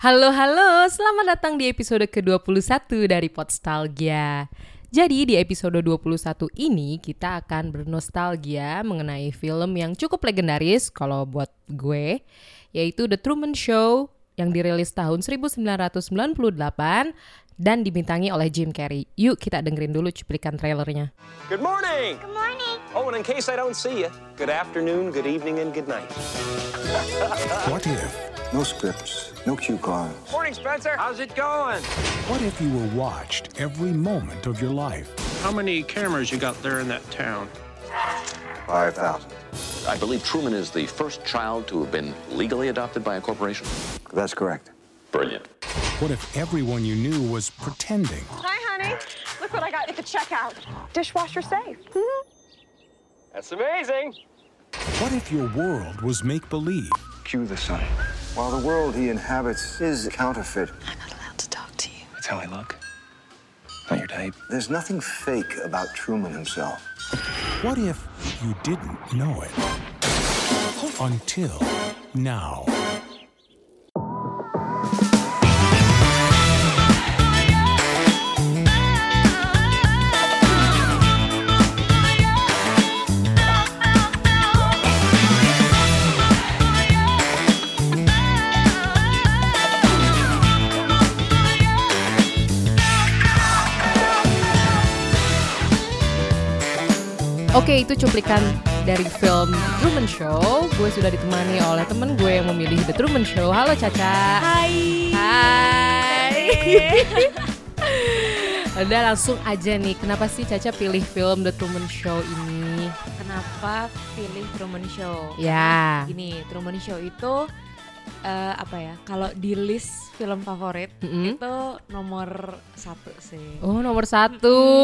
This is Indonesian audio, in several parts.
Halo, selamat datang di episode ke-21 dari Podstalgia. Jadi di episode 21 ini kita akan bernostalgia mengenai film yang cukup legendaris kalau buat gue, yaitu The Truman Show yang dirilis tahun 1998 dan dibintangi oleh Jim Carrey. Yuk kita dengerin dulu cuplikan trailernya. Good morning! Good morning. Oh, and in case I don't see you, good afternoon, good evening, and good night. What if? No scripts, no cue cards. Morning, Spencer. How's it going? What if you were watched every moment of your life? How many cameras you got there in that town? 5,000. I believe Truman is the first child to have been legally adopted by a corporation. That's correct. Brilliant. What if everyone you knew was pretending? Hi, honey. Look what I got at the checkout. Dishwasher safe. That's amazing. What if your world was make-believe? Cue the sun. While the world he inhabits is counterfeit, I'm not allowed to talk to you. that's how I look. Not your type. There's nothing fake about Truman himself. What if you didn't know it? Until now. Oke, itu cuplikan dari film Truman Show. Gue sudah ditemani oleh temen gue yang memilih The Truman Show. Halo Caca. Hai. Udah langsung aja nih, kenapa sih Caca pilih film The Truman Show ini? Kenapa pilih Truman Show? Ya. Karena gini, Truman Show itu kalau di list film favorit itu nomor 1 sih. Oh, nomor 1.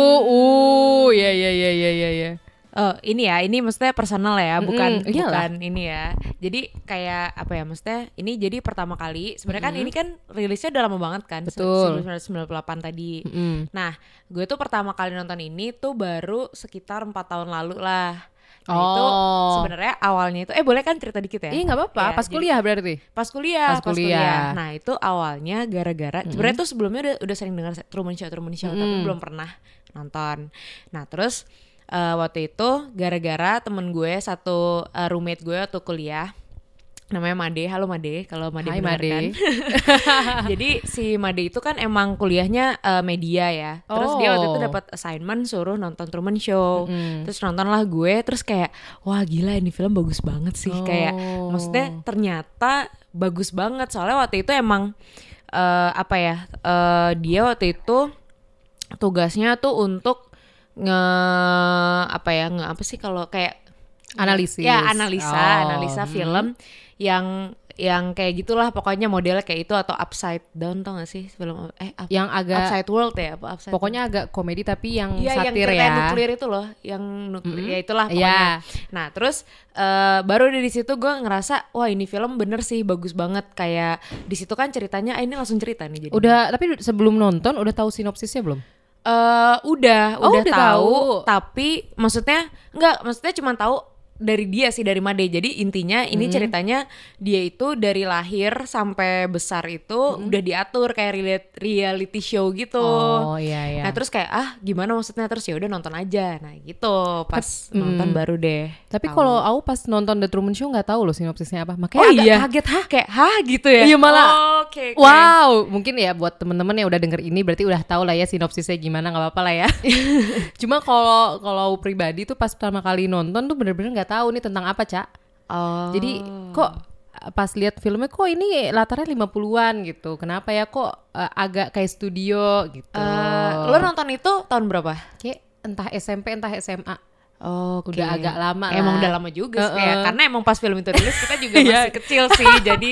Ya. Oh, ini maksudnya personal ya, bukan iyalah. ini ya. Jadi kayak maksudnya ini jadi pertama kali. Sebenarnya kan ini kan rilisnya udah lama banget kan. Betul. 1998 tadi. Nah, gue tuh pertama kali nonton ini tuh baru sekitar 4 tahun lalu lah. Nah, itu sebenarnya awalnya itu boleh kan cerita dikit ya? Iya, enggak apa-apa. Ya, Pas kuliah berarti. Pas kuliah. Nah, itu awalnya gara-gara sebenarnya tuh sebelumnya udah sering dengar Truman Show tapi belum pernah nonton. Nah, terus waktu itu gara-gara temen gue satu roommate gue waktu kuliah namanya Made. Halo Made, kalau Made mendengarkan. Jadi si Made itu kan emang kuliahnya media ya. Terus dia waktu itu dapat assignment suruh nonton Truman Show. Terus nontonlah gue, terus kayak wah gila ini film bagus banget sih. Kayak maksudnya ternyata bagus banget. Soalnya waktu itu emang dia waktu itu tugasnya tuh untuk Analisis. Ya, analisa film yang kayak gitulah pokoknya modelnya kayak itu atau Upside Down, tau gak sih film yang agak Upside World ya apa Upside pokoknya agak komedi tapi yang ya, satir yang ya. nuklir itu loh, yang nuklir ya itulah pokoknya. Nah, terus baru dari situ gue ngerasa wah ini film bener sih bagus banget, kayak di situ kan ceritanya ini langsung cerita nih jadi. Udah, tapi sebelum nonton udah tahu sinopsisnya belum? Udah udah tahu, tapi maksudnya cuma tahu dari dia sih, dari Made. Jadi intinya ini ceritanya dia itu dari lahir sampai besar itu udah diatur kayak reality show gitu. Oh iya. Nah terus kayak gimana maksudnya, terus ya udah nonton aja. Nah gitu pas nonton baru deh. Tapi tahu. kalau aku pas nonton The Truman Show nggak tahu loh sinopsisnya apa. Makanya agak kaget kayak gitu ya. Iya malah. Okay. Wow, mungkin ya buat temen-temen yang udah denger ini berarti udah tahu lah ya sinopsisnya gimana, nggak apa-apa lah ya. Cuma kalau pribadi tuh pas pertama kali nonton tuh bener-bener nggak tahu nih tentang apa, Cak. Jadi kok pas lihat filmnya kok ini latarnya 50-an gitu. Kenapa ya kok agak kayak studio gitu. Lo nonton itu tahun berapa? Kayak entah SMP entah SMA. Okay. Udah agak lama lah. Emang udah lama juga sih ya. Karena emang pas film itu rilis kita juga masih kecil sih. Jadi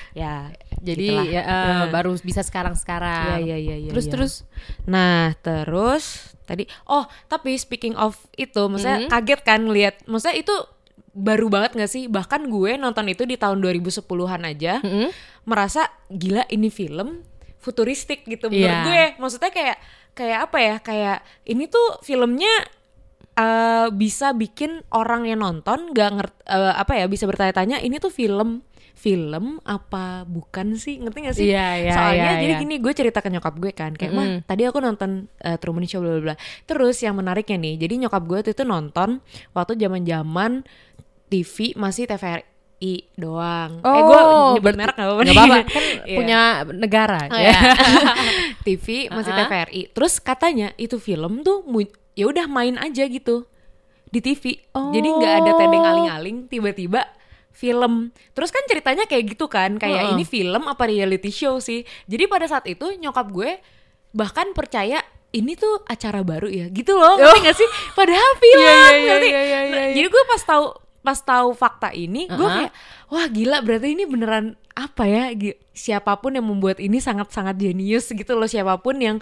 baru bisa sekarang. Iya. Terus. Nah, terus tadi tapi speaking of itu, maksudnya kaget kan ngeliat, maksudnya itu baru banget gak sih? Bahkan gue nonton itu di tahun 2010-an aja, merasa gila ini film futuristik gitu menurut gue. Maksudnya kayak apa ya? Kayak ini tuh filmnya bisa bikin orang yang nonton gak bisa bertanya-tanya ini tuh film film apa bukan sih, ngerti gak sih? Iya, Soalnya jadi gini, gue cerita ke nyokap gue kan kayak mah tadi aku nonton Truman Show bla bla bla. Terus yang menariknya nih, jadi nyokap gue tuh itu nonton waktu zaman TV masih TVRI doang. Gue nyebut merek gak apa-apa kan punya negara TV masih TVRI. Terus katanya itu film tuh ya udah main aja gitu di TV. Jadi nggak ada tedeng aling-aling, tiba-tiba film. Terus kan ceritanya kayak gitu kan, kayak ini film apa reality show sih. Jadi pada saat itu nyokap gue bahkan percaya ini tuh acara baru ya gitu loh, ngerti gak sih? Padahal film, ngerti? Jadi gue pas tahu fakta ini, gue kayak wah gila, berarti ini beneran apa ya? Siapapun yang membuat ini sangat-sangat jenius gitu loh. Siapapun yang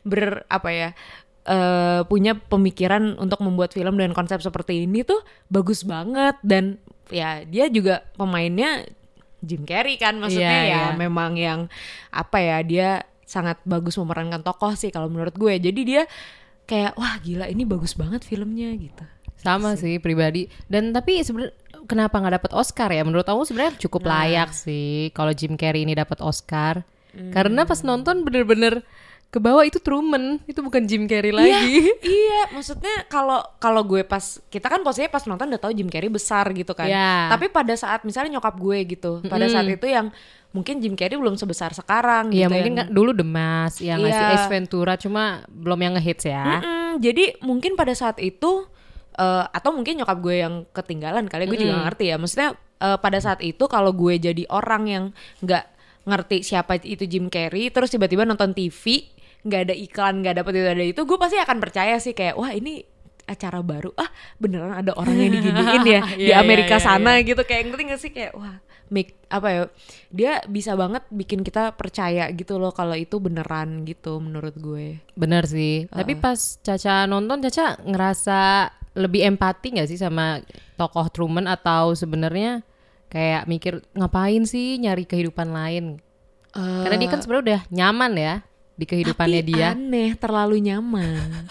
punya pemikiran untuk membuat film dengan konsep seperti ini tuh bagus banget. Dan ya dia juga pemainnya Jim Carrey kan, maksudnya memang yang dia sangat bagus memerankan tokoh sih kalau menurut gue. Jadi dia kayak wah gila ini bagus banget filmnya gitu. Sama sih pribadi. Dan tapi sebenarnya kenapa nggak dapat Oscar ya? Menurut aku sebenarnya cukup layak sih kalau Jim Carrey ini dapat Oscar. Karena pas nonton bener-bener ke bawah itu Truman, itu bukan Jim Carrey lagi. Iya, maksudnya kalau gue kita kan posisinya pas nonton udah tahu Jim Carrey besar gitu kan. Tapi pada saat misalnya nyokap gue gitu, pada saat itu yang mungkin Jim Carrey belum sebesar sekarang gitu. Iya, mungkin kan dulu The Mask, yang ngasih Ace Ventura, cuma belum yang ngehits ya. Jadi mungkin pada saat itu atau mungkin nyokap gue yang ketinggalan kali, gue juga gak ngerti ya. Maksudnya pada saat itu kalau gue jadi orang yang nggak ngerti siapa itu Jim Carrey, terus tiba-tiba nonton TV nggak ada iklan, nggak dapet itu, gue pasti akan percaya sih kayak wah ini acara baru, beneran ada orang yang diginiin ya di Amerika sana gitu, kayak ngerti nggak sih kayak wah dia bisa banget bikin kita percaya gitu loh kalau itu beneran gitu menurut gue. Bener sih. Tapi pas Caca nonton, Caca ngerasa lebih empati nggak sih sama tokoh Truman, atau sebenarnya kayak mikir ngapain sih nyari kehidupan lain? Karena dia kan sebenarnya udah nyaman ya di kehidupannya dia. Tapi aneh, terlalu nyaman.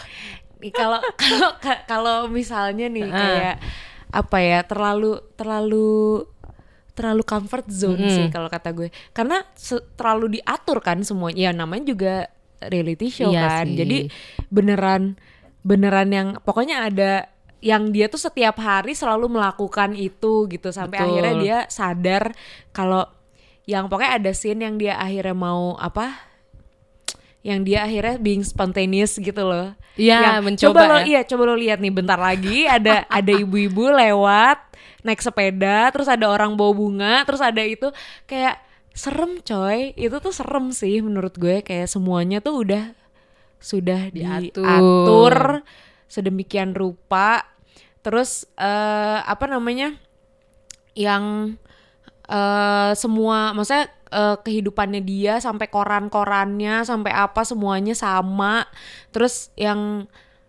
Kalau misalnya nih kayak terlalu comfort zone sih kalau kata gue. Karena terlalu diatur kan semuanya. Ya namanya juga reality show kan. Sih. Jadi beneran yang pokoknya ada yang dia tuh setiap hari selalu melakukan itu gitu sampai akhirnya dia sadar kalau yang pokoknya ada scene yang dia akhirnya mau yang dia akhirnya being spontaneous gitu loh. Iya, mencoba coba lo lihat nih bentar lagi ada ibu-ibu lewat naik sepeda, terus ada orang bawa bunga, terus ada itu kayak serem coy. Itu tuh serem sih menurut gue, kayak semuanya tuh sudah diatur sedemikian rupa. Terus yang semua maksudnya kehidupannya dia sampai koran-korannya sampai apa semuanya sama. Terus yang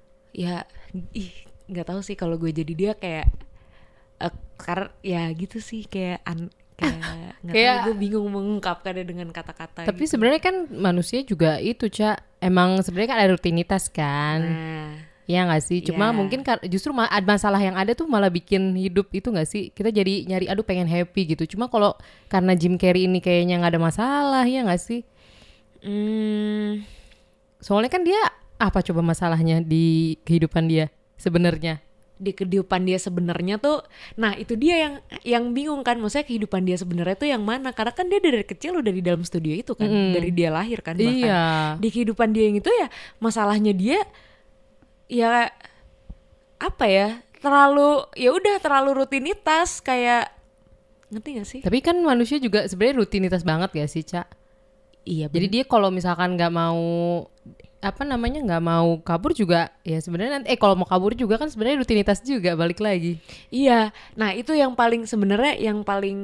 nggak tahu sih kalau gue jadi dia kayak karena ya gitu sih kayak gue bingung mengungkapkannya dengan kata-kata. Tapi gitu. Sebenarnya kan manusia juga itu emang sebenarnya kan ada rutinitas kan. Ya nggak sih, cuma mungkin justru masalah yang ada tuh malah bikin hidup itu nggak sih, kita jadi nyari pengen happy gitu. Cuma kalau karena Jim Carrey ini kayaknya nggak ada masalah, ya nggak sih? Soalnya kan dia apa coba masalahnya di kehidupan dia sebenarnya? Di kehidupan dia sebenarnya tuh, nah itu dia yang bingung kan, maksudnya kehidupan dia sebenarnya tuh yang mana? Karena kan dia dari kecil udah di dalam studio itu kan, dari dia lahir kan bahkan. Iya. Di kehidupan dia yang itu ya masalahnya dia ya terlalu rutinitas, kayak ngerti gak sih? Tapi kan manusia juga sebenarnya rutinitas banget gak sih, Ca? Iya. Jadi dia kalau misalkan nggak mau nggak mau kabur juga ya sebenarnya kalau mau kabur juga kan sebenarnya rutinitas juga balik lagi. Iya. Nah itu yang paling sebenarnya yang paling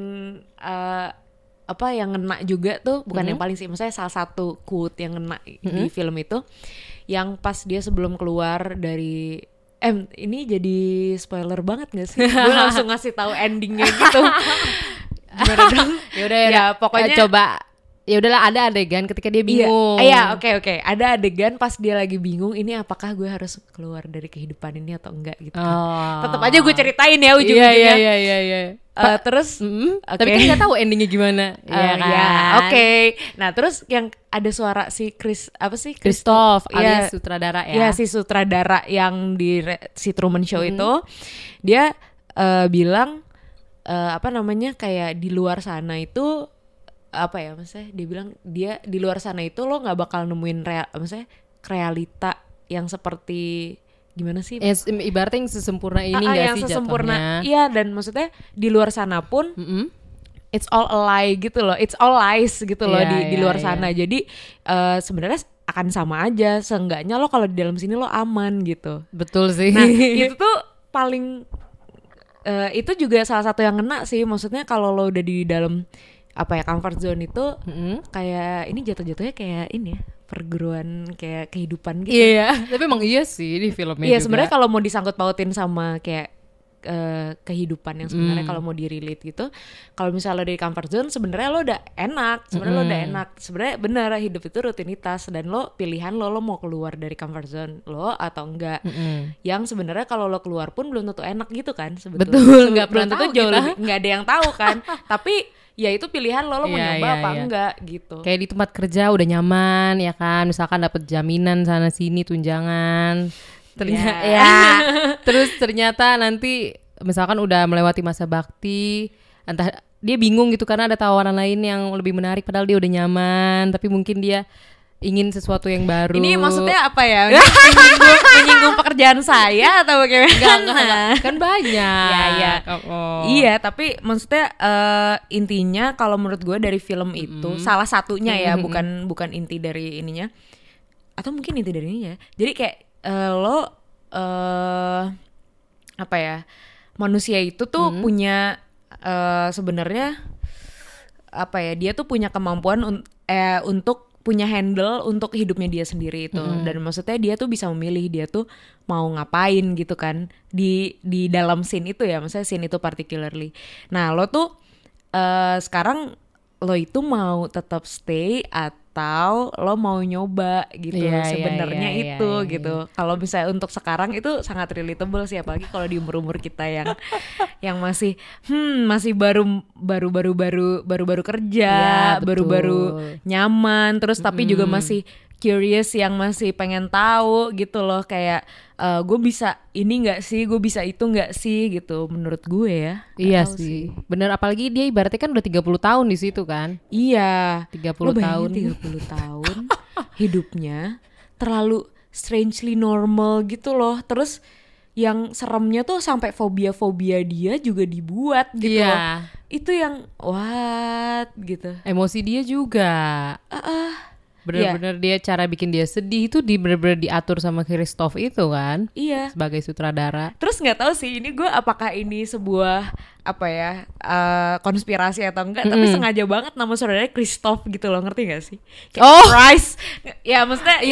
yang ngena juga tuh, bukan yang paling sih, maksudnya salah satu quote yang ngena di film itu, yang pas dia sebelum keluar dari ini jadi spoiler banget gak sih? Gue langsung ngasih tahu endingnya gitu. Gimana dong? Ya pokoknya coba Ya udahlah, ada adegan ketika dia bingung. Iya, oke. Ada adegan pas dia lagi bingung, ini apakah gue harus keluar dari kehidupan ini atau enggak gitu kan. Tetap aja gue ceritain ya ujung-ujungnya. Iya. Terus Tapi kan nggak tahu endingnya gimana. Iya kan. Ya, oke. Nah, terus yang ada suara si Christoph alias sutradara ya. Iya, si sutradara yang di si Truman Show itu dia bilang kayak di luar sana itu maksudnya dia bilang dia di luar sana itu lo nggak bakal nemuin realita yang seperti gimana sih? Ibaratnya yang sesempurna ini nggak sih jatuhnya? Iya, dan maksudnya di luar sana pun it's all a lie gitu loh, it's all lies gitu loh di luar sana. Jadi sebenarnya akan sama aja, seenggaknya lo kalau di dalam sini lo aman gitu. Betul sih. Nah itu tuh paling itu juga salah satu yang kena sih, maksudnya kalau lo udah di dalam comfort zone itu kayak ini jatuh-jatuhnya kayak ini ya, perguruan kayak kehidupan gitu. Iya, tapi emang iya sih di filmnya. Iya, sebenarnya kalau mau disangkut pautin sama kayak kehidupan yang sebenarnya kalau mau di-relate gitu, kalau misalnya lo dari comfort zone sebenarnya lo udah enak, sebenarnya bener hidup itu rutinitas dan lo pilihan lo mau keluar dari comfort zone lo atau enggak. Yang sebenarnya kalau lo keluar pun belum tentu enak gitu kan sebetulnya. Betul, nggak belum pernah tentu tahu jauh kita. lebih nggak ada yang tahu kan. Tapi ya itu pilihan lo mau nyoba apa enggak gitu. Kayak di tempat kerja udah nyaman ya kan, misalkan dapat jaminan sana sini tunjangan. Terus ternyata nanti misalkan udah melewati masa bakti, entah dia bingung gitu karena ada tawaran lain yang lebih menarik padahal dia udah nyaman, tapi mungkin dia ingin sesuatu yang baru. Ini maksudnya apa ya? Menyinggung pekerjaan saya atau bagaimana? Enggak, kan banyak. Iya, tapi maksudnya intinya kalau menurut gue dari film itu salah satunya ya, bukan inti dari ininya. Atau mungkin inti dari ininya. Jadi kayak manusia itu tuh punya sebenarnya dia tuh punya kemampuan untuk punya handle untuk hidupnya dia sendiri itu. Dan maksudnya dia tuh bisa memilih dia tuh mau ngapain gitu kan di dalam scene itu ya, maksudnya scene itu particularly. Nah lo tuh sekarang lo itu mau tetap stay atau lo mau nyoba gitu sebenarnya itu gitu. Kalau misalnya untuk sekarang itu sangat relatable sih, apalagi kalau di umur kita yang masih baru kerja, baru nyaman, terus tapi juga masih curious, yang masih pengen tahu gitu loh, kayak gue bisa ini nggak sih, gue bisa itu nggak sih gitu, menurut gue ya. Iya sih, bener, apalagi dia ibaratnya kan udah 30 tahun di situ kan. Iya, 30 tahun 30 tahun hidupnya terlalu strangely normal gitu loh. Terus yang seremnya tuh sampai fobia-fobia dia juga dibuat gitu loh. Itu yang what gitu. Emosi dia juga bener-bener dia cara bikin dia sedih itu bener-bener diatur sama Christoph itu kan. Iya, sebagai sutradara. Terus nggak tahu sih ini gue apakah ini sebuah konspirasi atau enggak, tapi sengaja banget nama saudaranya Christoph gitu loh, ngerti gak sih? Kayak Christ, ya maksudnya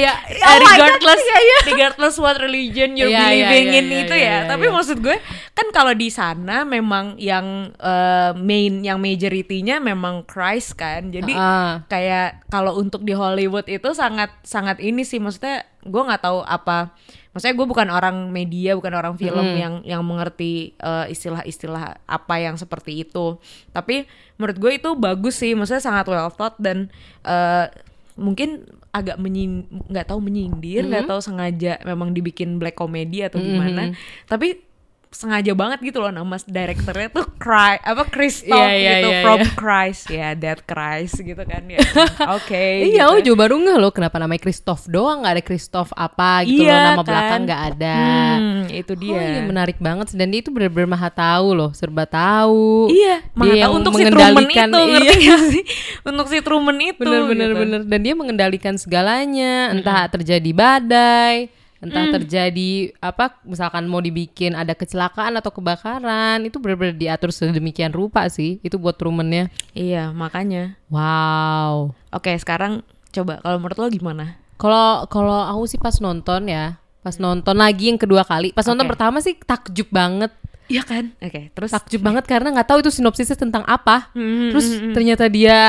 regardless what religion you're believing in itu ya. Tapi maksud gue kan kalau di sana memang yang majority-nya memang Christ kan, jadi kayak kalau untuk di Hollywood itu sangat ini sih, maksudnya gue nggak tahu apa. Maksudnya gue bukan orang media, bukan orang film yang mengerti istilah-istilah apa yang seperti itu. Tapi menurut gue itu bagus sih, maksudnya sangat well thought dan mungkin agak nggak tahu menyindir, nggak tahu sengaja memang dibikin black comedy atau gimana. Tapi sengaja banget gitu loh nama direkturnya tuh Christoph gitu, from Christ that Christ gitu kan ya. Oke. Iya, gitu. Juga baru ngeh loh kenapa namanya Christoph doang, nggak ada Christoph apa gitu loh, nama belakang nggak ada. Itu dia. Iya, menarik banget, dan dia itu benar-benar maha tahu loh, serba tahu. Iya, maha tahu untuk si Truman itu, ngerti gak sih? Untuk si Truman itu. Bener. Dan dia mengendalikan segalanya, entah terjadi badai, entah terjadi misalkan mau dibikin ada kecelakaan atau kebakaran, itu benar-benar diatur sedemikian rupa sih itu buat Truman-nya. Iya, makanya. Wow. Oke, sekarang coba kalau menurut lo gimana? Kalau aku sih pas nonton lagi yang kedua kali, pas nonton pertama sih takjub banget. Iya kan? Oke, terus takjub banget karena nggak tahu itu sinopsisnya tentang apa. Terus ternyata dia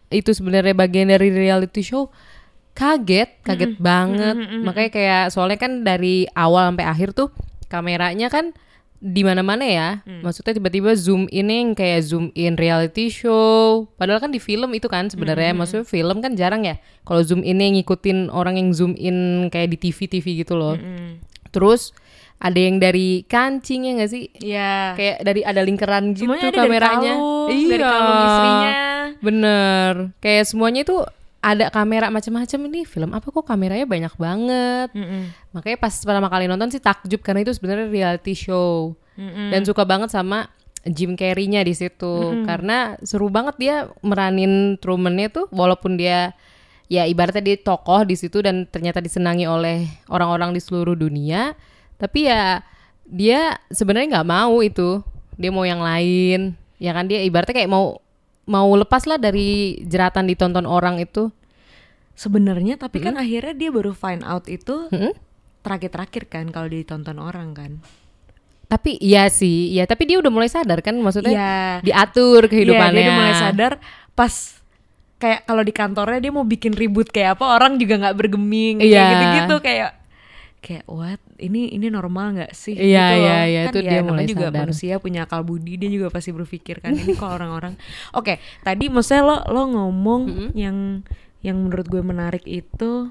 itu sebenarnya bagian dari reality show, kaget banget. Makanya kayak soalnya kan dari awal sampai akhir tuh kameranya kan di mana-mana ya. Maksudnya tiba-tiba zoom in yang kayak zoom in reality show. Padahal kan di film itu kan sebenarnya maksudnya film kan jarang ya kalau zoom in yang ngikutin orang yang zoom in kayak di TV gitu loh. Terus ada yang dari kancing ya nggak sih? Iya. Kayak dari ada lingkaran gitu semuanya ada kameranya. dari kalung istrinya. Bener. Kayak semuanya itu ada kamera macam-macam. Ini film apa kok kameranya banyak banget. Makanya pas pertama kali nonton sih takjub karena itu sebenarnya reality show. Dan suka banget sama Jim Carrey-nya di situ karena seru banget dia meranin Truman-nya tuh walaupun dia ya ibaratnya dia tokoh di situ dan ternyata disenangi oleh orang-orang di seluruh dunia. Tapi ya dia sebenarnya nggak mau itu, dia mau yang lain, ya kan dia ibaratnya kayak mau lepas lah dari jeratan ditonton orang itu. Sebenarnya tapi kan akhirnya dia baru find out itu terakhir-terakhir kan kalau ditonton orang kan. Tapi iya sih, ya tapi dia udah mulai sadar kan maksudnya diatur Iya kehidupannya. dia udah mulai sadar pas kayak kalau di kantornya dia mau bikin ribut kayak apa orang juga nggak bergeming kayak gitu-gitu kayak what ini normal nggak sih iya gitu loh. Iya Kan itu dia mulai juga sadar. manusia punya akal budi, dia juga pasti berpikir kan ini kok orang-orang Oke, tadi maksudnya lo ngomong yang menurut gue menarik itu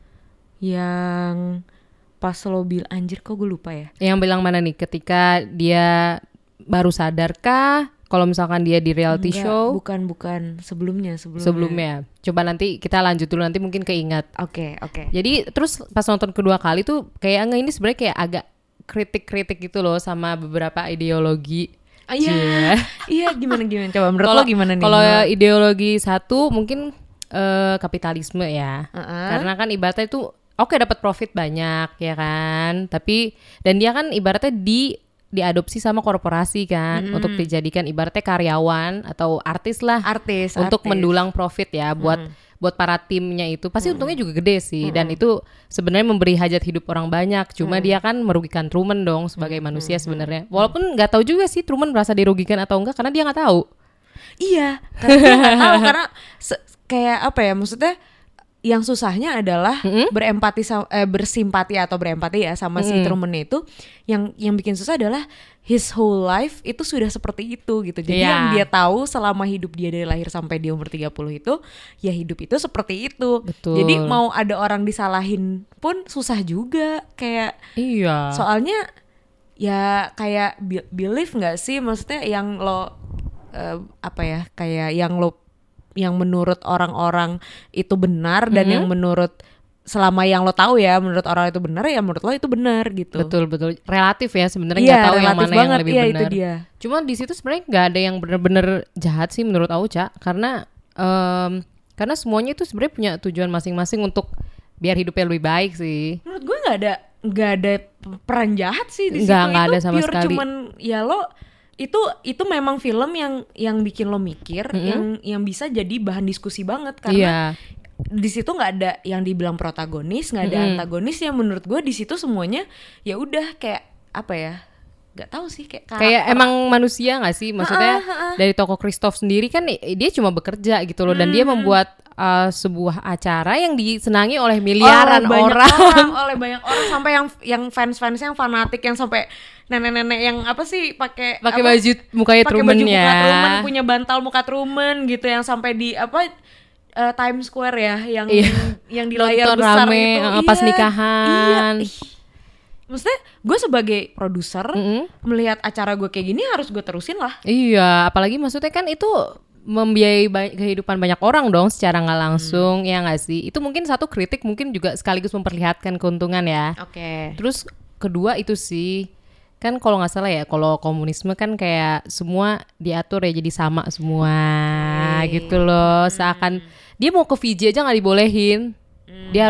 yang pas lo bilang anjir kok gue lupa ya. Yang bilang mana nih ketika dia baru sadarkah kalau misalkan dia di reality show? Bukan sebelumnya. Coba nanti kita lanjut dulu, nanti mungkin keingat. Oke. Jadi terus pas nonton kedua kali tuh kayak ini sebenarnya kayak agak kritik gitu loh sama beberapa ideologi. Iya gimana coba menurut lo gimana nih? Kalau ideologi satu mungkin kapitalisme ya. Karena kan ibaratnya itu oke dapat profit banyak ya kan. Tapi dan dia kan ibaratnya diadopsi sama korporasi kan untuk dijadikan ibaratnya karyawan atau artis untuk mendulang profit ya buat para timnya itu pasti untungnya juga gede sih dan itu sebenarnya memberi hajat hidup orang banyak cuma dia kan merugikan Truman dong sebagai manusia sebenarnya walaupun nggak tahu juga sih Truman merasa dirugikan atau enggak karena dia nggak tahu. Iya karena dia nggak tahu karena kayak apa ya maksudnya yang susahnya adalah bersimpati atau berempati ya sama si Truman itu yang bikin susah adalah his whole life itu sudah seperti itu gitu. Jadi yang dia tahu selama hidup dia dari lahir sampai dia umur 30 itu ya hidup itu seperti itu. Betul. Jadi mau ada orang disalahin pun susah juga kayak soalnya ya kayak believe nggak sih maksudnya yang lo kayak yang menurut orang-orang itu benar dan yang menurut selama yang lo tahu ya menurut orang itu benar ya menurut lo itu benar gitu. Betul relatif ya sebenarnya nggak tahu yang mana yang lebih benar. Itu dia. Cuma di situ sebenarnya nggak ada yang benar-benar jahat sih menurut Auca karena semuanya itu sebenarnya punya tujuan masing-masing untuk biar hidupnya lebih baik sih. Menurut gue nggak ada peran jahat sih di situ. Nggak ada sama pure sekali. Cuman ya lo itu memang film yang bikin lo mikir yang bisa jadi bahan diskusi banget karena di situ nggak ada yang dibilang protagonis, nggak ada antagonis yang menurut gue di situ semuanya ya udah kayak apa ya nggak tahu sih kayak emang manusia nggak sih maksudnya dari tokoh Christoph sendiri kan dia cuma bekerja gitu loh dan dia membuat sebuah acara yang disenangi oleh miliaran oleh banyak orang sampai yang fans-fansnya yang fanatik yang sampai nenek-nenek yang apa sih pakai baju mukanya Truman ya muka Truman punya bantal muka Truman gitu yang sampai di Times Square ya yang di layar nonton besar rame, itu pas nikahan. Maksudnya gue sebagai produser melihat acara gue kayak gini harus gue terusin lah. Iya, apalagi maksudnya kan itu membiayai kehidupan banyak orang dong secara nggak langsung, ya nggak sih? Itu mungkin satu kritik, mungkin juga sekaligus memperlihatkan keuntungan ya. Oke. Terus kedua itu sih, kan kalau nggak salah ya, kalau komunisme kan kayak semua diatur ya jadi sama semua gitu loh. Seakan dia mau ke Fiji aja nggak dibolehin. Dia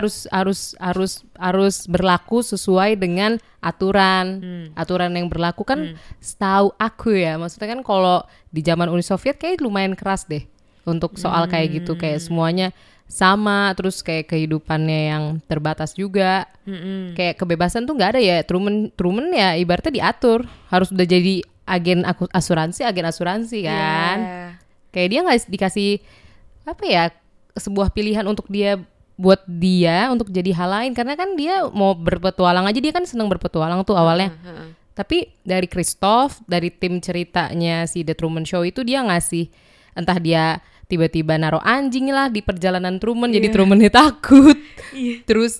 harus berlaku sesuai dengan aturan yang berlaku kan. Setahu aku ya, maksudnya kan kalau di zaman Uni Soviet kayak lumayan keras deh untuk soal kayak gitu, kayak semuanya sama, terus kayak kehidupannya yang terbatas juga, kayak kebebasan tuh nggak ada ya. Truman ya ibaratnya diatur, harus udah jadi agen asuransi kan, kayak dia nggak dikasih apa ya, sebuah pilihan untuk dia buat dia untuk jadi hal lain, karena kan dia mau berpetualang aja, dia kan seneng berpetualang tuh awalnya. Tapi dari Christoph, dari tim ceritanya si The Truman Show itu dia ngasih, entah dia tiba-tiba naruh anjing lah di perjalanan Truman, jadi Truman-nya takut. Terus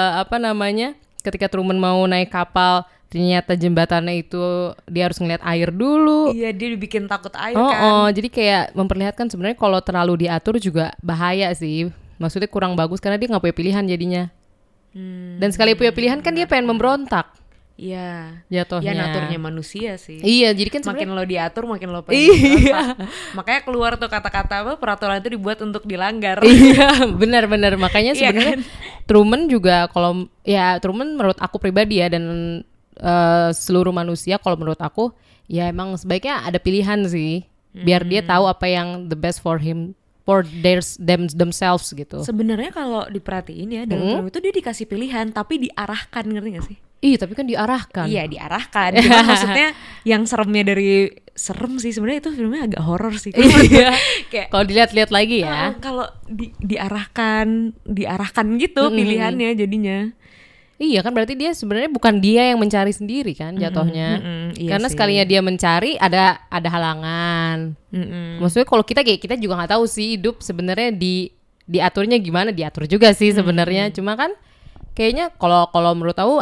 ketika Truman mau naik kapal, ternyata jembatannya itu dia harus ngeliat air dulu. Iya, dia dibikin takut air kan. Jadi kayak memperlihatkan sebenarnya kalau terlalu diatur juga bahaya sih. Maksudnya kurang bagus karena dia nggak punya pilihan jadinya. Dan sekali punya pilihan kan dia pengen memberontak. Iya. Jatuhnya. Ya naturnya manusia sih. Iya, jadi kan makin lo diatur makin lo pengen memberontak. Makanya keluar tuh kata-kata apa, peraturan itu dibuat untuk dilanggar. Iya, benar-benar. Makanya sebenarnya Truman juga Truman menurut aku pribadi ya, dan seluruh manusia kalau menurut aku ya emang sebaiknya ada pilihan sih, biar dia tahu apa yang the best for him, for themselves gitu. Sebenarnya kalau diperhatiin ya dalam film itu dia dikasih pilihan tapi diarahkan, ngerti gak sih? Iya, tapi kan diarahkan. Iya, diarahkan. Cuma maksudnya yang seremnya dari serem sih sebenarnya itu filmnya agak horor sih. Iya. Kayak kalau dilihat-lihat lagi ya. Kalau diarahkan gitu pilihannya jadinya. Iya kan, berarti dia sebenarnya bukan dia yang mencari sendiri kan jatuhnya. Iya karena sih. sekalinya dia mencari ada halangan. Maksudnya kalau kita juga nggak tahu sih hidup sebenarnya diaturnya gimana, diatur juga sih sebenarnya. Cuma kan kayaknya kalau menurut aku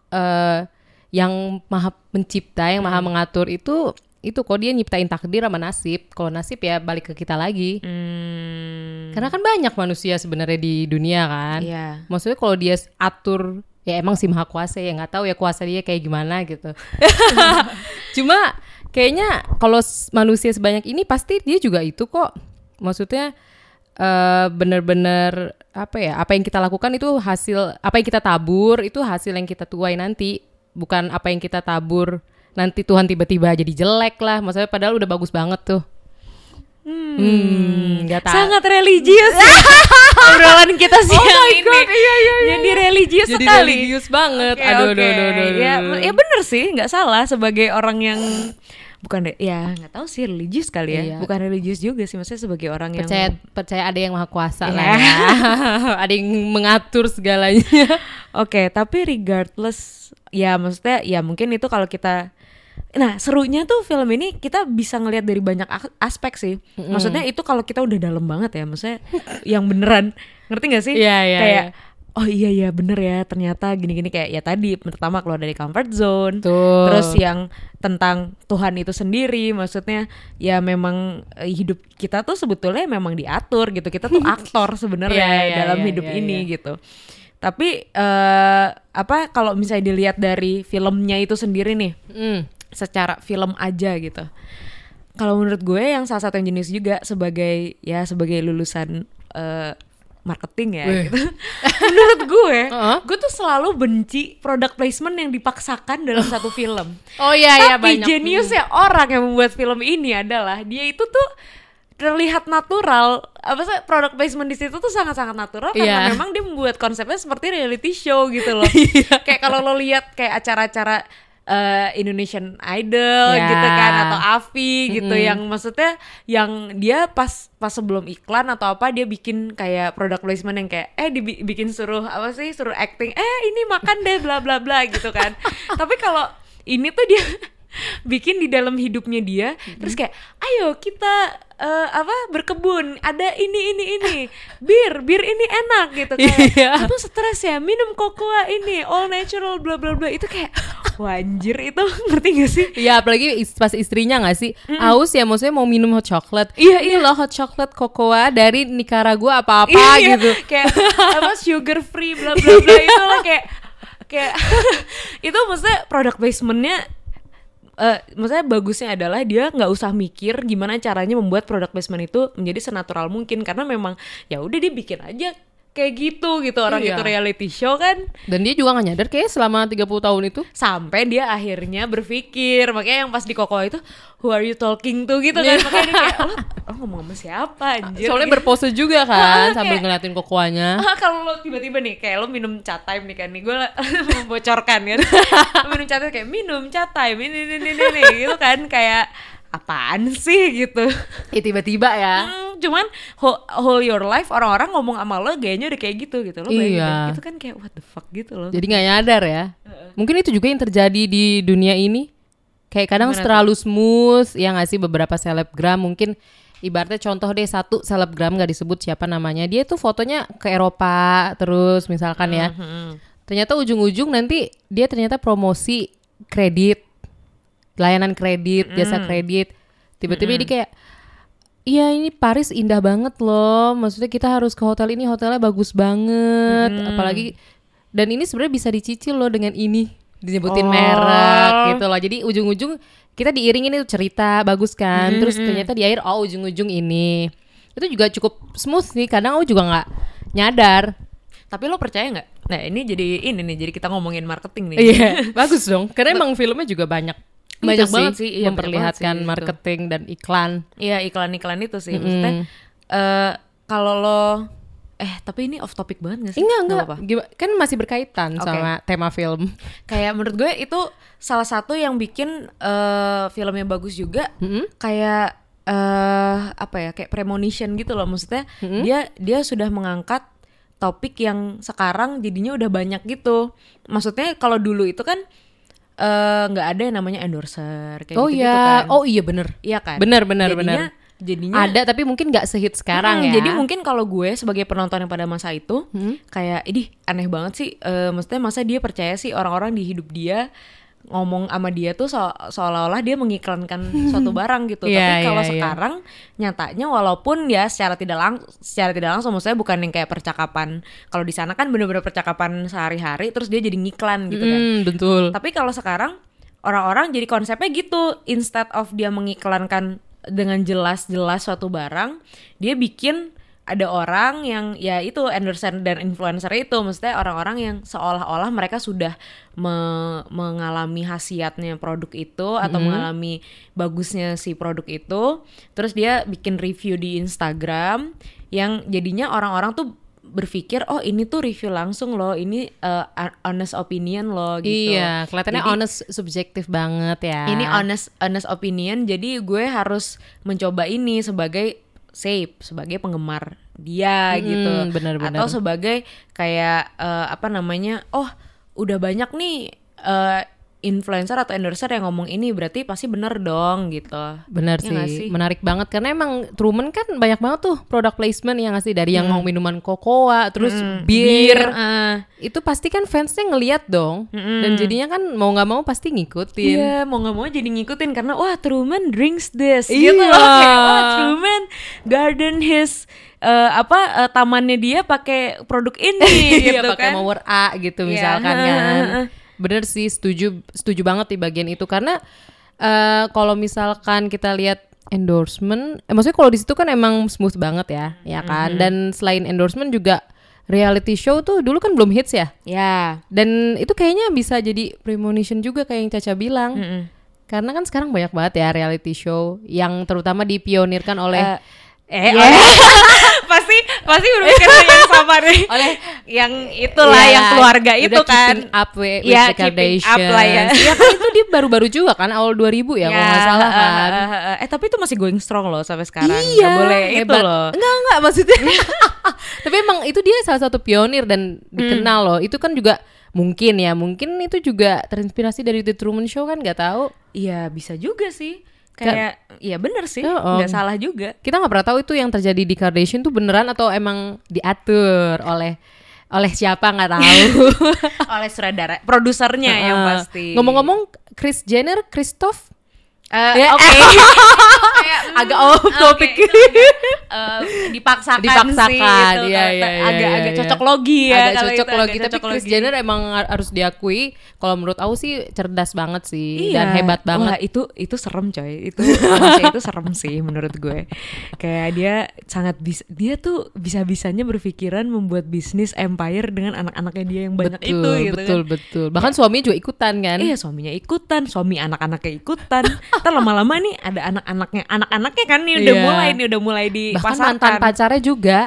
yang maha pencipta, yang maha mengatur itu kok dia nyiptain takdir sama nasib. Kalau nasib ya balik ke kita lagi. Karena kan banyak manusia sebenarnya di dunia kan. Iya. Maksudnya kalau dia atur, ya emang si maha kuasa ya, nggak tahu ya kuasa dia kayak gimana gitu. Cuma kayaknya kalau manusia sebanyak ini pasti dia juga itu kok. Maksudnya bener-bener apa yang kita lakukan itu hasil, apa yang kita tabur itu hasil yang kita tuai nanti, bukan apa yang kita tabur nanti Tuhan tiba-tiba jadi jelek lah. Maksudnya padahal udah bagus banget tuh. Sangat religius obrolan kita siang ini. Iya. Jadi religius sekali. Jadi religius banget. Aduh. Ya bener sih, nggak salah sebagai orang yang nggak tahu sih religius kali ya. Iya. Bukan religius juga sih, maksudnya sebagai orang yang percaya ada yang maha kuasa lah ya. Ada yang mengatur segalanya. Oke, tapi regardless ya, maksudnya ya mungkin itu kalau kita. Nah, serunya tuh film ini kita bisa ngelihat dari banyak aspek sih. Maksudnya itu kalau kita udah dalam banget ya, maksudnya yang beneran, ngerti gak sih? Iya. Kayak oh iya bener ya, ternyata gini-gini, kayak ya tadi pertama keluar dari comfort zone. Tuh. Terus yang tentang Tuhan itu sendiri, maksudnya ya memang hidup kita tuh sebetulnya memang diatur gitu. Kita tuh aktor sebenarnya dalam hidup ini gitu. Tapi kalau misalnya dilihat dari filmnya itu sendiri nih, secara film aja gitu. Kalau menurut gue yang salah satu yang jenius juga sebagai lulusan marketing ya gitu. Menurut gue tuh selalu benci product placement yang dipaksakan dalam satu film. Oh iya Tapi banyak. jeniusnya orang yang membuat film ini adalah dia itu tuh terlihat natural. Apa sih, product placement di situ tuh sangat-sangat natural karena memang dia membuat konsepnya seperti reality show gitu loh. Kayak kalau lo lihat kayak acara-acara Indonesian Idol gitu kan, atau AVI gitu, yang maksudnya yang dia pas sebelum iklan atau apa dia bikin kayak product placement yang kayak dibikin suruh acting, ini makan deh bla bla bla gitu kan. Tapi kalau ini tuh dia bikin di dalam hidupnya dia, terus kayak ayo kita berkebun, ada ini bir ini enak gitu, kayak kamu stres ya, minum cocoa ini all natural bla bla bla. Itu kayak wanjir, itu ngerti gak sih? Iya, apalagi pas istrinya gak sih aus ya, maksudnya mau minum hot chocolate. Iya loh hot chocolate cocoa dari Nicaragua apa gitu. Kayak sugar free bla bla bla. Itu lah kayak itu maksudnya product placementnya. Maksudnya bagusnya adalah dia nggak usah mikir gimana caranya membuat product placement itu menjadi senatural mungkin, karena memang ya udah dia bikin aja kayak gitu orang itu reality show kan. Dan dia juga gak nyadar kayak selama 30 tahun itu, sampai dia akhirnya berpikir. Makanya yang pas di Koko itu who are you talking to gitu kan. Makanya dia kayak lo ngomong sama siapa anjir. Soalnya berpose juga kan sambil ngeliatin kokoanya. Kalau lo tiba-tiba nih kayak lo minum chat time nih kan, nih gue membocorkan kan. Lo minum chat time kayak minum chat time ini gitu kan, kayak apaan sih gitu. Ya tiba-tiba ya. Cuman whole your life orang-orang ngomong sama lo gayanya udah kayak gitu lo bayangin deh. Itu kan kayak what the fuck gitu loh. Jadi nggak nyadar ya. Mungkin itu juga yang terjadi di dunia ini. Kayak kadang terlalu smooth ya nggak sih, beberapa selebgram mungkin ibaratnya contoh deh, satu selebgram nggak disebut siapa namanya, dia tuh fotonya ke Eropa terus misalkan ya. Ternyata ujung-ujung nanti dia ternyata promosi kredit, layanan kredit, jasa kredit. Tiba-tiba dia kayak, iya ini Paris indah banget loh, maksudnya kita harus ke hotel ini, hotelnya bagus banget, apalagi dan ini sebenarnya bisa dicicil loh dengan ini, disebutin merek gitu loh. Jadi ujung-ujung kita diiringin itu cerita bagus kan, terus ternyata di akhir ujung-ujung ini itu juga cukup smooth nih, kadang aku juga nggak nyadar. Tapi lo percaya nggak? Nah ini jadi kita ngomongin marketing nih. Iya, bagus dong, karena emang filmnya juga banyak banget sih, memperlihatkan marketing dan iklan. Iya, iklan-iklan itu sih. Maksudnya kalau lo tapi ini off topic banget gak sih? Enggak. Kan masih berkaitan sama tema film. Kayak menurut gue itu salah satu yang bikin filmnya bagus juga. Kayak kayak premonition gitu loh. Maksudnya dia sudah mengangkat topik yang sekarang jadinya udah banyak gitu. Maksudnya kalau dulu itu kan nggak ada yang namanya endorser kayak gitu kan. Oh iya bener. Iya kan. Bener. Jadinya ada tapi mungkin nggak sehit sekarang ya. Jadi mungkin kalau gue sebagai penonton yang pada masa itu kayak ini aneh banget sih. Maksudnya masa dia percaya sih orang-orang di hidup dia ngomong sama dia tuh seolah-olah dia mengiklankan suatu barang gitu. Tapi kalau sekarang nyatanya walaupun ya secara tidak langsung maksudnya bukan yang kayak percakapan. Kalau di sana kan bener-bener percakapan sehari-hari terus dia jadi ngiklan gitu kan. Betul. Tapi kalau sekarang orang-orang jadi konsepnya gitu, instead of dia mengiklankan dengan jelas-jelas suatu barang, dia bikin ada orang yang ya itu endorser dan influencer itu, maksudnya orang-orang yang seolah-olah mereka sudah mengalami khasiatnya produk itu atau mengalami bagusnya si produk itu, terus dia bikin review di Instagram yang jadinya orang-orang tuh berpikir oh ini tuh review langsung loh, ini honest opinion loh gitu. Iya, kelihatannya honest, subjektif banget ya. Ini honest opinion, jadi gue harus mencoba ini sebagai sebagai penggemar dia gitu. Bener. Atau sebagai kayak oh udah banyak nih influencer atau endorser yang ngomong ini berarti pasti bener dong gitu. Bener ya sih, menarik banget karena emang Truman kan banyak banget tuh product placement yang ngasih dari yang mau minuman cocoa terus bir. Itu pasti kan fansnya ngeliat dong dan jadinya kan mau nggak mau pasti ngikutin. Iya, mau nggak mau jadi ngikutin karena wah Truman drinks this gitu loh. Kayak, wah Truman garden his tamannya dia pakai produk ini gitu pakai kan. mawar A gitu misalkan kan. Bener sih, setuju banget di bagian itu karena kalau misalkan kita lihat endorsement, maksudnya kalau di situ kan emang smooth banget ya kan. Dan selain endorsement juga reality show tuh dulu kan belum hits ya. Ya. Dan itu kayaknya bisa jadi premonition juga kayak yang Caca bilang. Karena kan sekarang banyak banget ya reality show yang terutama dipionirkan oleh pasti berpikir yang sama deh. Oleh yang itulah yang keluarga itu kan. Keeping up with the Kardashians. Iya kan itu dia baru-baru juga kan awal 2000 ya kalau nggak salah kan. Tapi itu masih going strong loh sampai sekarang. Iya. Gak boleh hebat. Itu loh. Enggak maksudnya. Tapi emang itu dia salah satu pionir dan dikenal loh. Itu kan juga mungkin itu juga terinspirasi dari The Truman Show kan, nggak tahu. Iya bisa juga sih. Kayak iya bener sih, nggak salah juga. Kita nggak pernah tahu itu yang terjadi di Kardashian tuh beneran atau emang diatur oleh siapa nggak tahu. Oleh sutradara, produsernya yang pasti. Ngomong-ngomong Kris Jenner, Christoph Oke. Agak off topic. Dipaksakan sih itu. Agak cocok logi ya. Agak cocok logi. Tapi Kris Jenner emang harus diakui. Kalau menurut aku sih cerdas banget sih dan hebat banget. Wah itu serem coy. Itu serem sih menurut gue. Kayak dia sangat dia tuh bisa-bisanya berpikiran membuat bisnis empire dengan anak-anaknya dia yang banyak itu gitu. Betul. Bahkan suaminya juga ikutan kan. Iya, suaminya ikutan, suami anak-anaknya ikutan. Ntar lama-lama nih ada anak-anaknya kan nih udah mulai dipasarkan. Bahkan mantan pacarnya juga.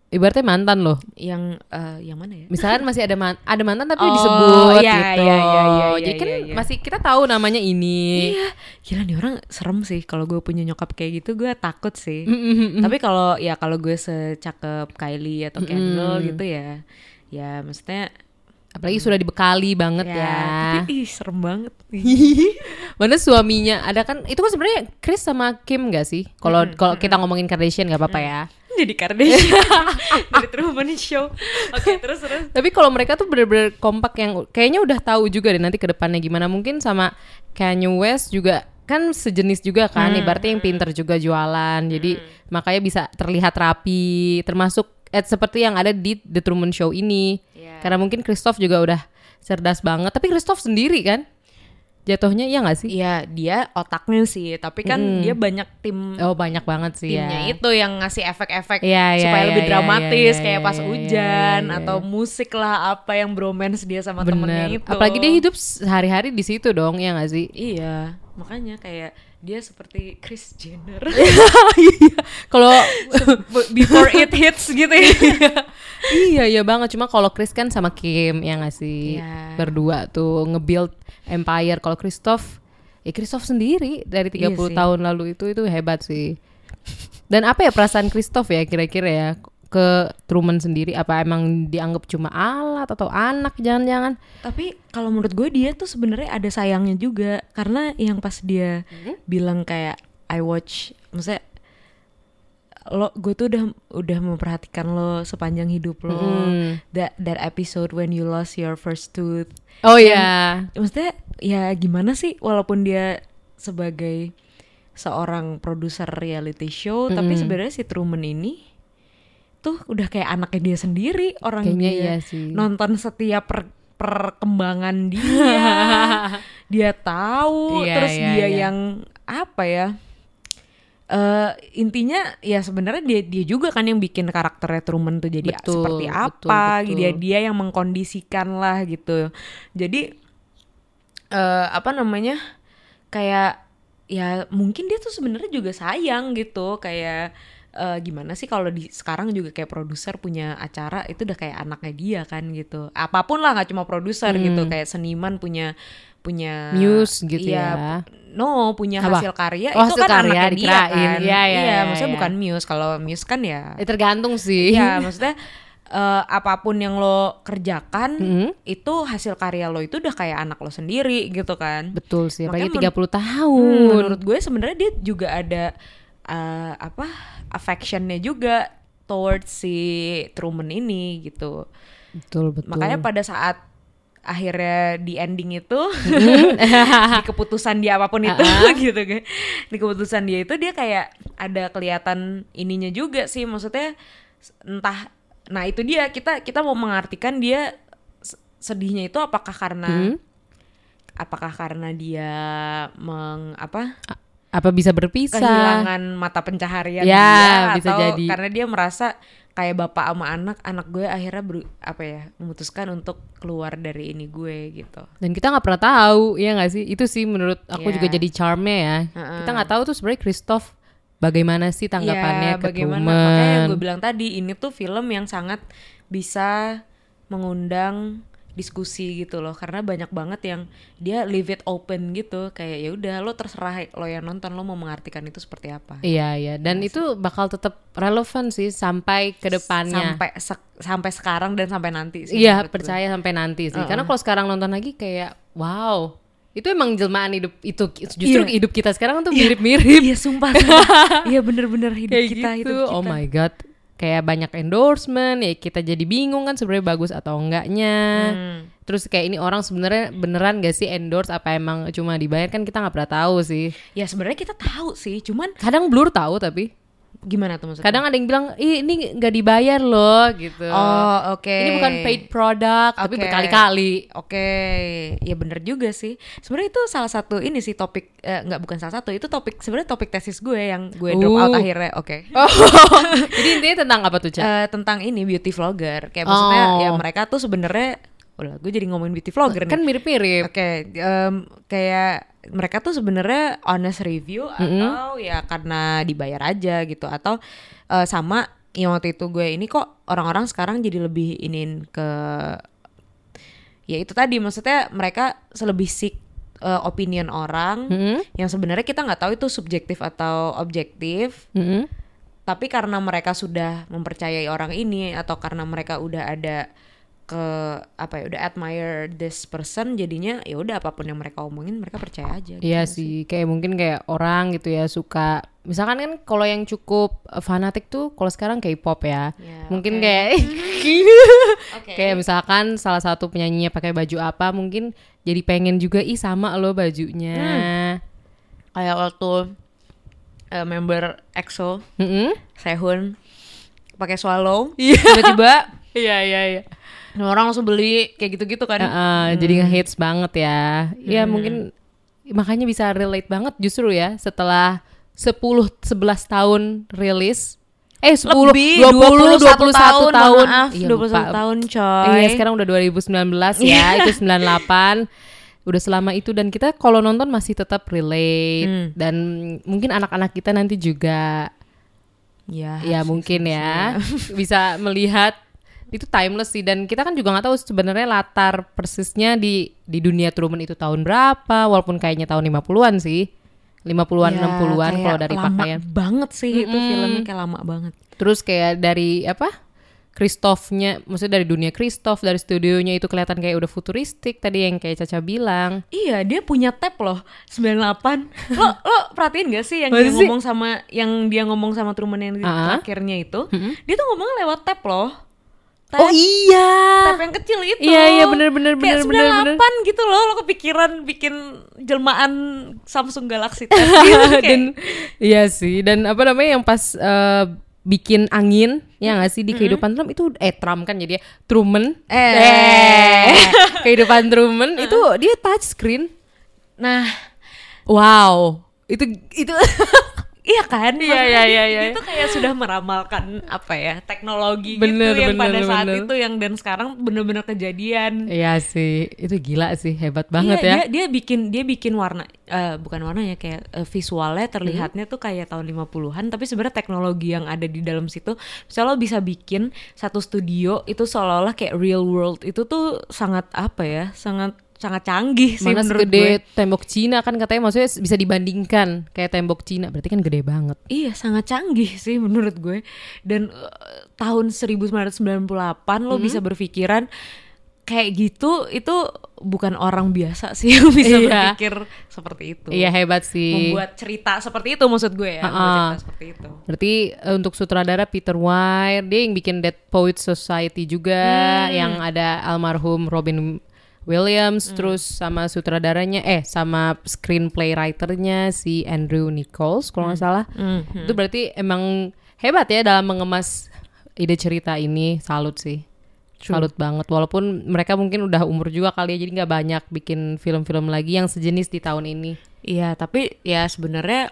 ibaratnya mantan loh. Yang mana ya? Misalkan masih ada mantan tapi disebut iya, gitu. iya. Jadi kan masih kita tahu namanya ini. Iya. Gila nih orang serem sih kalau gue punya nyokap kayak gitu, gue takut sih. Tapi kalau gue secakep Kylie atau Kendall gitu ya maksudnya Apalagi sudah dibekali banget ya. Tapi serem banget. Mana suaminya ada kan, itu kan sebenarnya Kris sama Kim gak sih? Kalau kita ngomongin Kardashian gak apa-apa ya. Jadi Kardashian dari Truman Show. Oke, terus. Tapi kalau mereka tuh bener-bener kompak yang kayaknya udah tahu juga deh nanti ke depannya gimana. Mungkin sama Kanye West juga kan sejenis juga kan, ibaratnya yang pinter juga jualan. Jadi makanya bisa terlihat rapi, termasuk seperti yang ada di The Truman Show ini. Karena mungkin Christoph juga udah cerdas banget. Tapi Christoph sendiri kan jatuhnya, iya gak sih? Iya, dia otaknya sih. Tapi kan dia banyak tim. Oh, banyak banget sih timnya ya. itu yang ngasih efek-efek Iya, supaya iya, lebih iya, dramatis. iya, kayak iya, pas iya, hujan iya, iya. atau musik lah, apa yang bromance dia sama temennya itu. Apalagi dia hidup sehari-hari di situ dong, ya gak sih? Iya, makanya kayak dia seperti Kris Jenner. Kalau Before it hits gitu ya. iya banget. Cuma kalau Kris kan sama Kim, ya gak sih? Iya. Berdua tuh nge-build empire. Kalau Christoph sendiri dari 30 Iya sih. tahun lalu itu hebat sih. Dan apa ya perasaan Christoph ya kira-kira ya ke Truman sendiri? Apa emang dianggap cuma alat atau anak jangan-jangan? Tapi kalau menurut gue dia tuh sebenarnya ada sayangnya juga, karena yang pas dia bilang kayak I watch, maksudnya gue tuh udah memperhatikan lo sepanjang hidup lo. That episode when you lost your first tooth. Oh ya. Maksudnya ya gimana sih, walaupun dia sebagai seorang produser reality show, tapi sebenarnya si Truman ini tuh udah kayak anaknya dia sendiri. Orang Kayaknya dia iya sih. nonton setiap perkembangan dia. Dia tahu. Iya, Terus iya, dia iya. yang apa ya, intinya ya sebenarnya dia juga kan yang bikin karakternya Truman tuh jadi Betul, seperti apa. betul. Dia yang mengkondisikan lah gitu. Jadi apa namanya, kayak ya mungkin dia tuh sebenarnya juga sayang gitu, kayak gimana sih kalau sekarang juga kayak produser punya acara itu udah kayak anaknya dia kan gitu. Apapun lah, nggak cuma produser gitu, kayak seniman punya Muse gitu iya, ya. punya Apa? hasil karya Oh, itu hasil kan karya anaknya dia dikirain. kan. Iya, Maksudnya iya. bukan Muse. Kalau Muse kan ya Tergantung sih. iya, maksudnya apapun yang lo kerjakan itu hasil karya lo itu udah kayak anak lo sendiri gitu kan. Betul sih, apalagi Makanya 30 tahun. menurut gue sebenarnya dia juga ada affectionnya juga towards si Truman ini gitu. Betul. Makanya pada saat akhirnya di ending itu di keputusan dia apapun itu gitu kan, di keputusan dia itu dia kayak ada kelihatan ininya juga sih, maksudnya entah. Nah itu dia, kita mau mengartikan dia sedihnya itu apakah karena dia apa bisa berpisah? kehilangan mata pencaharian Ya, dia, bisa atau jadi. karena dia merasa kayak bapak sama anak gue akhirnya memutuskan untuk keluar dari ini gue gitu. Dan kita nggak pernah tahu, ya nggak sih? Itu sih menurut aku Iya. juga jadi charmnya ya. Kita nggak tahu tuh sebenarnya Christoph bagaimana sih tanggapannya ke bagaimana, Truman. makanya yang gue bilang tadi, ini tuh film yang sangat bisa mengundang diskusi gitu loh, karena banyak banget yang dia leave it open gitu, kayak ya udah lo terserah lo yang nonton, lo mau mengartikan itu seperti apa. Iya. Dan itu bakal tetap relevan sih sampai ke depannya. Sampai sekarang dan sampai nanti sih. Iya, menurut gue. percaya sampai nanti sih. Karena kalau sekarang nonton lagi kayak wow, itu emang jelmaan hidup itu. Justru hidup kita sekarang tuh mirip-mirip. Iya sumpah. Iya bener-bener hidup Kayak kita gitu. hidup kita. Oh my god. Kayak banyak endorsement, ya kita jadi bingung kan sebenarnya bagus atau enggaknya. Terus kayak ini orang sebenarnya beneran gak sih endorse, apa emang cuma dibayar, kan kita nggak pernah tahu sih. Ya sebenarnya kita tahu sih, cuman Kadang blur tahu tapi gimana tuh maksudnya? kadang ada yang bilang ini nggak dibayar loh gitu. Oh oke. Ini bukan paid product tapi Oke. berkali-kali. Oke, ya bener juga sih. Sebenarnya itu salah satu ini sih topik, bukan salah satu, itu sebenarnya topik tesis gue yang gue drop out akhirnya. Oke. Oh, jadi intinya tentang apa tuh, Ca? Tentang ini beauty vlogger, kayak maksudnya ya mereka tuh sebenarnya, gue jadi ngomongin beauty vlogger nih. Kan mirip-mirip. Oke, kayak mereka tuh sebenarnya honest review atau ya karena dibayar aja gitu, atau sama yang waktu itu gue ini kok orang-orang sekarang jadi lebih iniin ke ya itu tadi, maksudnya mereka lebih seek opinion orang yang sebenarnya kita nggak tahu itu subjektif atau objektif. Tapi karena mereka sudah mempercayai orang ini atau karena mereka udah ada udah admire this person, jadinya ya udah apapun yang mereka omongin mereka percaya aja. Iya sih, kayak mungkin kayak orang gitu ya suka, misalkan kan kalau yang cukup fanatik tuh kalau sekarang K-pop ya, mungkin kayak kayak misalkan salah satu penyanyinya pakai baju apa, mungkin jadi pengen juga sama lo bajunya. Kayak waktu member EXO, Sehun pakai swallow, tiba-tiba iya orang langsung beli kayak gitu-gitu kan. Jadi nge-hits banget ya. Ya mungkin makanya bisa relate banget justru ya setelah 10-11 tahun rilis. 21 tahun. Iya, 21 tahun coy. Iya, sekarang udah 2019 ya, itu 98. Udah selama itu dan kita kalau nonton masih tetap relate. Dan mungkin anak-anak kita nanti juga ya mungkin ya bisa melihat itu timeless sih. Dan kita kan juga nggak tahu sebenarnya latar persisnya di dunia Truman itu tahun berapa, walaupun kayaknya tahun 50-an sih, 50-an 60-an kalau dari pakaian. Lama banget sih itu filmnya, kayak lama banget. Terus kayak dari Christoph-nya, maksudnya dari dunia Christoph, dari studionya itu kelihatan kayak udah futuristik tadi yang kayak Caca bilang. Iya, dia punya tab loh 98. Lo perhatiin gak sih yang dia ngomong sama Truman yang di akhirnya itu? Dia tuh ngomongnya lewat tab loh. Tab, oh iya, tab yang kecil itu. Iya bener. Kayak 98 gitu loh. Lo kepikiran bikin jelmaan Samsung Galaxy Tab gitu. Dan iya sih. Dan apa namanya yang pas bikin angin ya nggak sih di kehidupan Trump itu Trump kan jadi Truman kehidupan Truman itu dia touch screen. Nah, wow, itu iya kan? Iya. Itu kayak sudah meramalkan teknologi yang pada saat itu yang dan sekarang benar-benar kejadian. Iya sih, itu gila sih, hebat banget ya. Dia bikin warna bukan warnanya kayak visualnya terlihatnya tuh kayak tahun 50-an, tapi sebenarnya teknologi yang ada di dalam situ, misalnya lo bisa bikin satu studio itu seolah-olah kayak real world, itu tuh sangat sangat canggih sih menurut gue. Tembok Cina kan katanya, maksudnya bisa dibandingkan kayak tembok Cina, berarti kan gede banget. Iya, sangat canggih sih menurut gue. Dan tahun 1998 lo bisa berpikiran kayak gitu, itu bukan orang biasa sih yang bisa berpikir seperti itu. Iya, hebat sih. Membuat cerita seperti itu maksud gue ya. Membuat cerita seperti itu. Berarti untuk sutradara Peter Weir, dia yang bikin Dead Poets Society juga, yang ada almarhum Robin Williams, terus sama sutradaranya sama screenplay writernya si Andrew Nichols kalau nggak salah. Itu berarti emang hebat ya dalam mengemas ide cerita ini. Salut sih. Salut banget, walaupun mereka mungkin udah umur juga kali ya, jadi nggak banyak bikin film-film lagi yang sejenis di tahun ini. Iya, tapi ya sebenarnya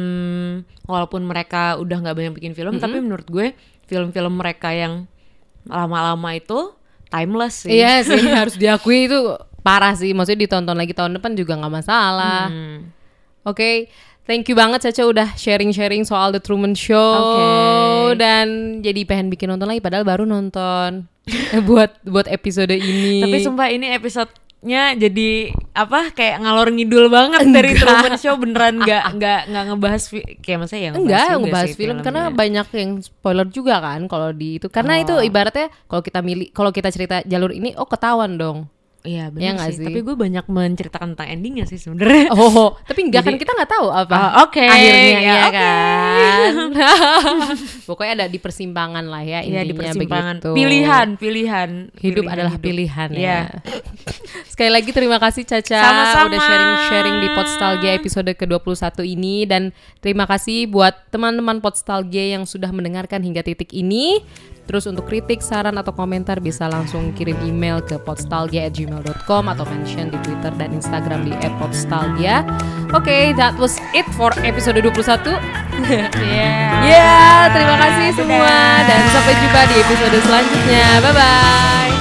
walaupun mereka udah nggak banyak bikin film, tapi menurut gue film-film mereka yang lama-lama itu timeless sih. Iya sih, harus diakui itu parah sih. Maksudnya ditonton lagi tahun depan juga nggak masalah. Oke, thank you banget Caca udah sharing-sharing soal The Truman Show. Dan jadi pengen bikin nonton lagi padahal baru nonton buat episode ini. Tapi sumpah ini episode-nya jadi kayak ngalor ngidul banget. Dari Truman Show, beneran nggak ngebahas kayak maksudnya yang ngebahas film karena banyak yang spoiler juga kan kalau di itu, karena itu ibaratnya kalau kita cerita jalur ini ketahuan dong. Iya benar sih. Tapi gue banyak menceritakan tentang endingnya sih sebenarnya. Tapi kan kita nggak tahu apa akhirnya ya kan. Pokoknya ada di persimpangan lah ya intinya. Di persimpangan. Begitu. Pilihan. Hidup adalah pilihan ya. Sekali lagi terima kasih Caca. Sama-sama. Udah sharing di Podstalgia episode ke-21 ini. Dan terima kasih buat teman-teman Podstalgia yang sudah mendengarkan hingga titik ini. Terus untuk kritik, saran, atau komentar bisa langsung kirim email ke podstalgia@gmail.com atau mention di Twitter dan Instagram di @podstalgia. Oke, that was it for episode 21. Terima kasih semua dan sampai jumpa di episode selanjutnya. Bye-bye.